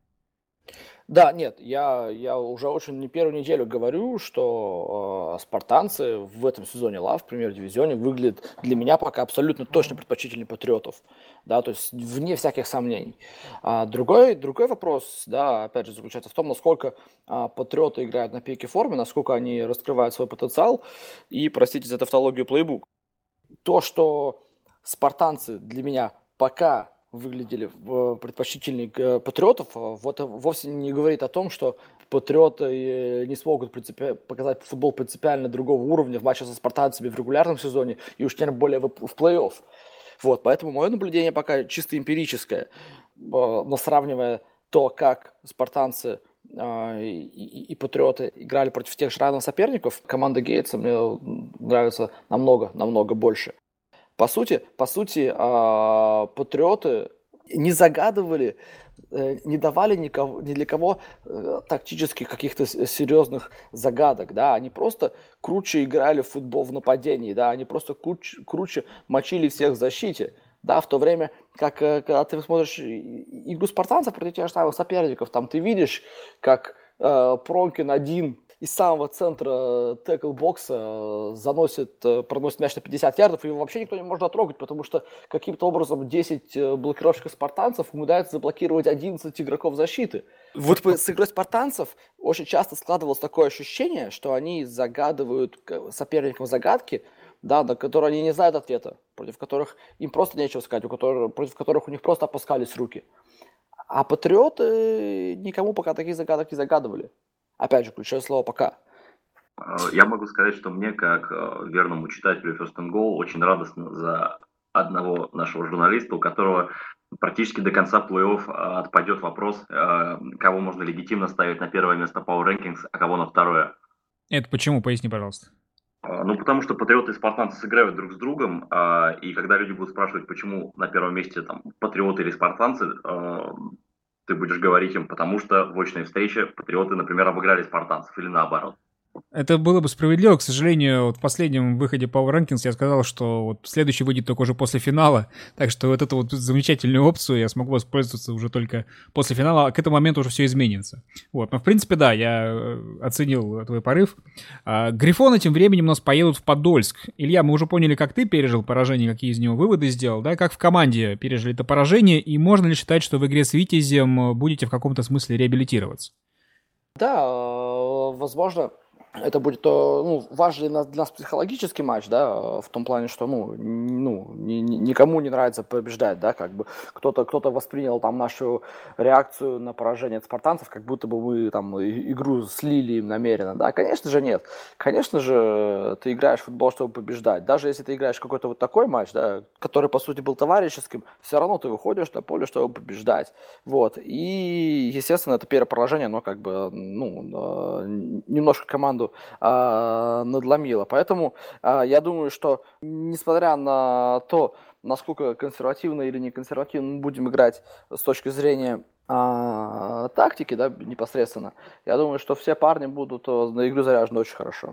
Да, нет, я, я уже очень не первую неделю говорю, что э, спартанцы в этом сезоне Лав, в премьер-дивизионе, выглядят для меня пока абсолютно точно предпочтительнее патриотов. Да, то есть вне всяких сомнений. А другой, другой вопрос, да, опять же, заключается в том, насколько а, патриоты играют на пике формы, насколько они раскрывают свой потенциал и, простите за тавтологию, плейбук. То, что спартанцы для меня пока выглядели предпочтительнее патриотов, вот вовсе не говорит о том, что патриоты не смогут принципи... показать футбол принципиально другого уровня в матче со спартанцами в регулярном сезоне и уж тем более в плей-офф. Вот, поэтому мое наблюдение пока чисто эмпирическое, но сравнивая то, как спартанцы э, и, и патриоты играли против тех же равных соперников, команда Гейтса мне нравится намного, намного больше. По сути, по сути, э, патриоты не загадывали, э, не давали никого, ни для кого э, тактических каких-то серьезных загадок, да, они просто круче играли в футбол в нападении, да, они просто круче, круче мочили всех в защите, да, в то время, как э, когда ты смотришь игру спартанцев против тех же самых соперников, там ты видишь, как э, Пронкин один из самого центра тэкл-бокса заносит, проносит мяч на пятьдесят ярдов, и его вообще никто не может трогать, потому что каким-то образом десять блокировщиков спартанцев умудряется заблокировать одиннадцать игроков защиты. Вот с игрой спартанцев очень часто складывалось такое ощущение, что они загадывают соперникам загадки, да, на которые они не знают ответа, против которых им просто нечего сказать, у которых, против которых у них просто опускались руки. А патриоты никому пока таких загадок не загадывали. Опять же, ключевое слово «пока». Я могу сказать, что мне, как верному читателю First and Goal, очень радостно за одного нашего журналиста, у которого практически до конца плей-офф отпадет вопрос, кого можно легитимно ставить на первое место Power Rankings, а кого на второе. Это почему? Поясни, пожалуйста. Ну, потому что патриоты и спартанцы сыграют друг с другом, и когда люди будут спрашивать, почему на первом месте там патриоты или спартанцы, ты будешь говорить им, потому что в очной встрече патриоты, например, обыграли спартанцев или наоборот. Это было бы справедливо, к сожалению, вот в последнем выходе Power Rankings я сказал, что вот следующий выйдет только уже после финала, так что вот эту вот замечательную опцию я смогу воспользоваться уже только после финала, а к этому моменту уже все изменится. Вот, но в принципе, да, я оценил твой порыв. А, Грифоны тем временем у нас поедут в Подольск. Илья, мы уже поняли, как ты пережил поражение, какие из него выводы сделал, да, как в команде пережили это поражение, и можно ли считать, что в игре с Витязем будете в каком-то смысле реабилитироваться? Да, возможно, это будет ну, важный для нас психологический матч, да, в том плане, что ну, ну ни, ни, никому не нравится побеждать, да, как бы кто-то, кто-то воспринял там нашу реакцию на поражение от спартанцев, как будто бы мы там игру слили им намеренно, да, конечно же нет, конечно же ты играешь в футбол, чтобы побеждать, даже если ты играешь в какой-то вот такой матч, да, который по сути был товарищеским, все равно ты выходишь на поле, чтобы побеждать, вот, и естественно это первое поражение, оно как бы, ну, немножко команду а, надломило. Поэтому а, я думаю, что несмотря на то, насколько консервативно или не консервативно мы будем играть с точки зрения а, тактики, да, непосредственно, я думаю, что все парни будут на игру заряжены очень хорошо.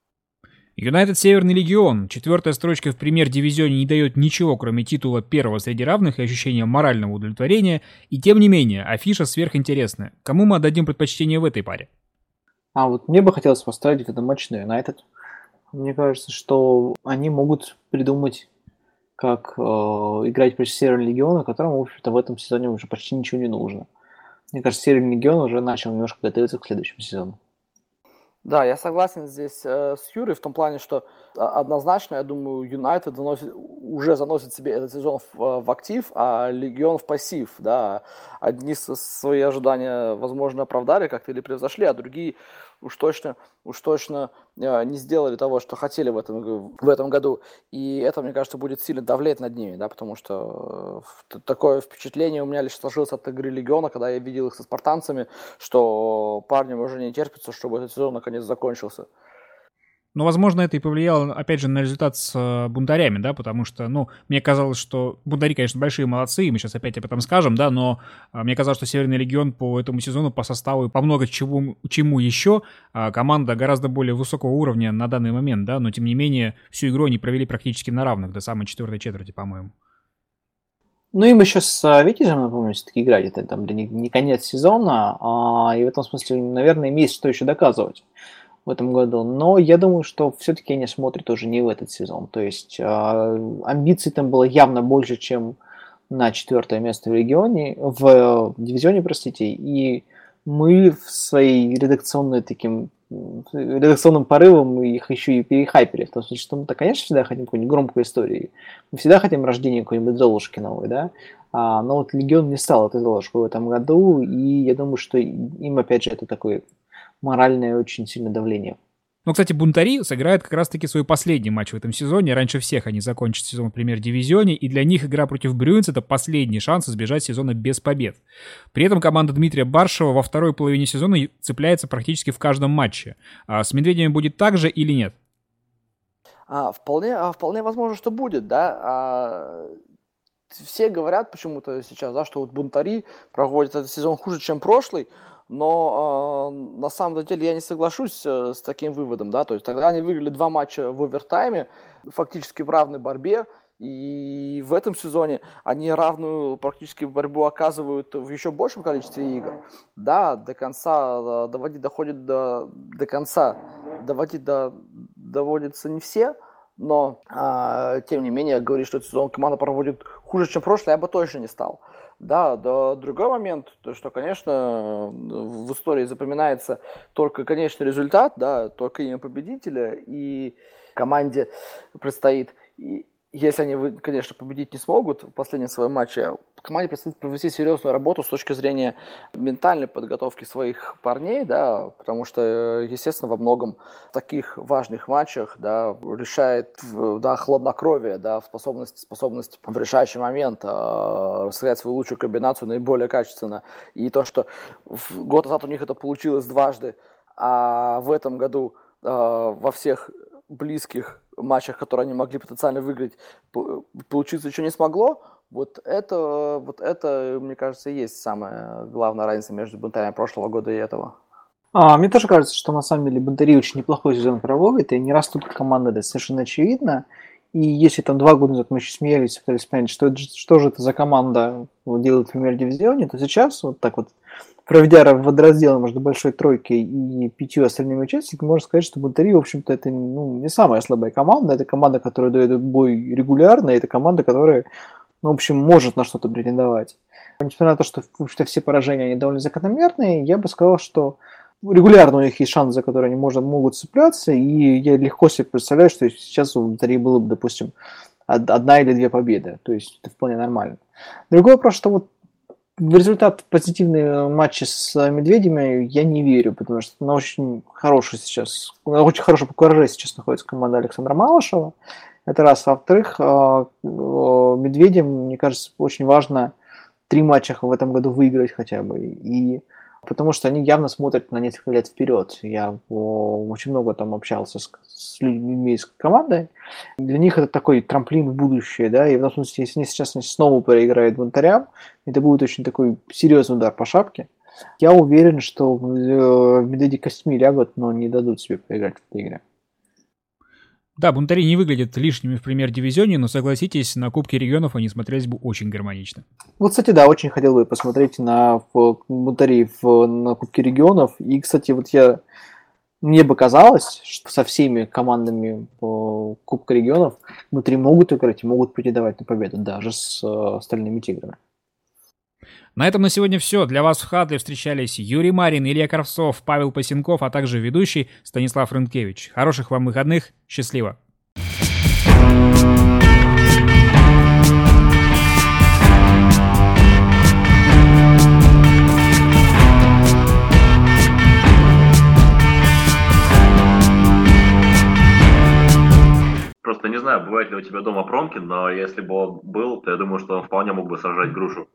Юнайтед Северный Легион. Четвертая строчка в премьер-дивизионе не дает ничего, кроме титула первого среди равных и ощущения морального удовлетворения. И тем не менее, афиша сверхинтересная. Кому мы отдадим предпочтение в этой паре? А вот мне бы хотелось поставить в этом матче на Юнайтед. Мне кажется, что они могут придумать, как э, играть против Северного Легиона, которому, в общем-то, в этом сезоне уже почти ничего не нужно. Мне кажется, Северный Легион уже начал немножко готовиться к следующему сезону. Да, я согласен здесь э, с Юрой в том плане, что однозначно, я думаю, Юнайтед заносит, уже заносит себе этот сезон в, в актив, а Легион в пассив, да. Одни свои ожидания, возможно, оправдали как-то или превзошли, а другие уж точно, уж точно э, не сделали того, что хотели в этом, в этом году. И это, мне кажется, будет сильно давлеть над ними, да, потому что э, такое впечатление у меня лишь сложилось от игры Легиона, когда я видел их со спартанцами, что парням уже не терпится, чтобы этот сезон наконец закончился. Но, возможно, это и повлияло, опять же, на результат с бунтарями, да, потому что, ну, мне казалось, что бунтари, конечно, большие молодцы, и мы сейчас опять об этом скажем, да, но а, мне казалось, что Северный Легион по этому сезону, по составу и по много чему, чему еще а, команда гораздо более высокого уровня на данный момент, да, но, тем не менее, всю игру они провели практически на равных, до самой четвертой четверти, по-моему. Ну, им еще с Витязем, напомню, все-таки играть, это там для них не конец сезона, а, и в этом смысле, наверное, им есть что еще доказывать в этом году, но я думаю, что все-таки они смотрят уже не в этот сезон, то есть э, амбиций там было явно больше, чем на четвертое место в регионе, в, в дивизионе, простите, и мы в своей редакционной таким редакционным порывом их еще и перехайпили, в том смысле, что мы-то, конечно, всегда хотим какой-нибудь громкой истории, мы всегда хотим рождения какой-нибудь Золушки новой, да, а, но вот Легион не стал этой Золушкой в этом году, и я думаю, что им, опять же, это такой моральное очень сильное давление. Ну, кстати, бунтари сыграют как раз-таки свой последний матч в этом сезоне. Раньше всех они закончат сезон в премьер-дивизионе, и для них игра против Брюинс — это последний шанс избежать сезона без побед. При этом команда Дмитрия Баршева во второй половине сезона цепляется практически в каждом матче. А с Медведевым будет так же или нет? А, вполне, а, вполне возможно, что будет, да. А, все говорят почему-то сейчас, да, что вот бунтари проводят этот сезон хуже, чем прошлый. Но э, на самом деле я не соглашусь э, с таким выводом, да, то есть тогда они выиграли два матча в овертайме, фактически в равной борьбе, и в этом сезоне они равную практически борьбу оказывают в еще большем количестве игр. Да, до конца э, доводить доходит до, до конца, доводить до, доводится не все, но э, тем не менее говорить, что этот сезон команда проводит хуже, чем прошлый, я бы точно не стал. Да, да, другой момент, то, что, конечно, в истории запоминается только конечный результат, да, только имя победителя, и команде предстоит, и если они, конечно, победить не смогут в последнем своем матче, команде предстоит провести серьезную работу с точки зрения ментальной подготовки своих парней, да, потому что, естественно, во многом в таких важных матчах, да, решает, да, хладнокровие, да, способность, способность в решающий момент э, сыграть свою лучшую комбинацию наиболее качественно. И то, что год назад у них это получилось дважды, а в этом году э, во всех близких матчах, которые они могли потенциально выиграть, получиться еще не смогло. Вот это, вот это, мне кажется, и есть самая главная разница между бунтарями прошлого года и этого. А, мне тоже кажется, что на самом деле Бондари очень неплохой сезон проводит, и они растут как команда, это совершенно очевидно. И если там два года назад мы еще смеялись, пытались понять, что, это, что же это за команда делает в премьер-дивизионе, то сейчас вот так вот, проведя водораздел между большой тройкой и пятью остальными участниками, можно сказать, что Бондари, в общем-то, это ну, не самая слабая команда, это команда, которая дает бой регулярно, это команда, которая, ну, в общем, может на что-то претендовать. Несмотря на то, что, что все поражения они довольно закономерные, я бы сказал, что регулярно у них есть шанс, за который они можно, могут цепляться, и я легко себе представляю, что сейчас у Бондари было бы, допустим, одна или две победы, то есть это вполне нормально. Другой вопрос, что вот в результат позитивные матчи с Медведями я не верю, потому что на очень хорошей сейчас, на очень хорошем кураже сейчас находится команда Александра Малышева. Это раз. А во-вторых, Медведям, мне кажется, очень важно три матча в этом году выиграть хотя бы. И потому что они явно смотрят на несколько лет вперед. Я очень много там общался с, с людьми из команды. Для них это такой трамплин в будущее, да, и в том смысле, если они сейчас снова проиграют Бунтарям, это будет очень такой серьезный удар по шапке. Я уверен, что Медведи костьми лягут, но не дадут себе проиграть в этой игре. Да, Бунтари не выглядят лишними в премьер-дивизионе, но, согласитесь, на Кубке регионов они смотрелись бы очень гармонично. Вот, кстати, да, очень хотел бы посмотреть на Бунтари на Кубке регионов. И, кстати, вот я... Мне бы казалось, что со всеми командами по Кубка регионов Бунтари могут играть и могут претендовать на победу, даже с э, остальными тиграми. На этом на сегодня все. Для вас в Хадле встречались Юрий Марин, Илья Кравцов, Павел Пасенков, а также ведущий Станислав Рынкевич. Хороших вам выходных. Счастливо. Просто не знаю, бывает ли у тебя дома Пронкин, но если бы он был, то я думаю, что он вполне мог бы сажать грушу.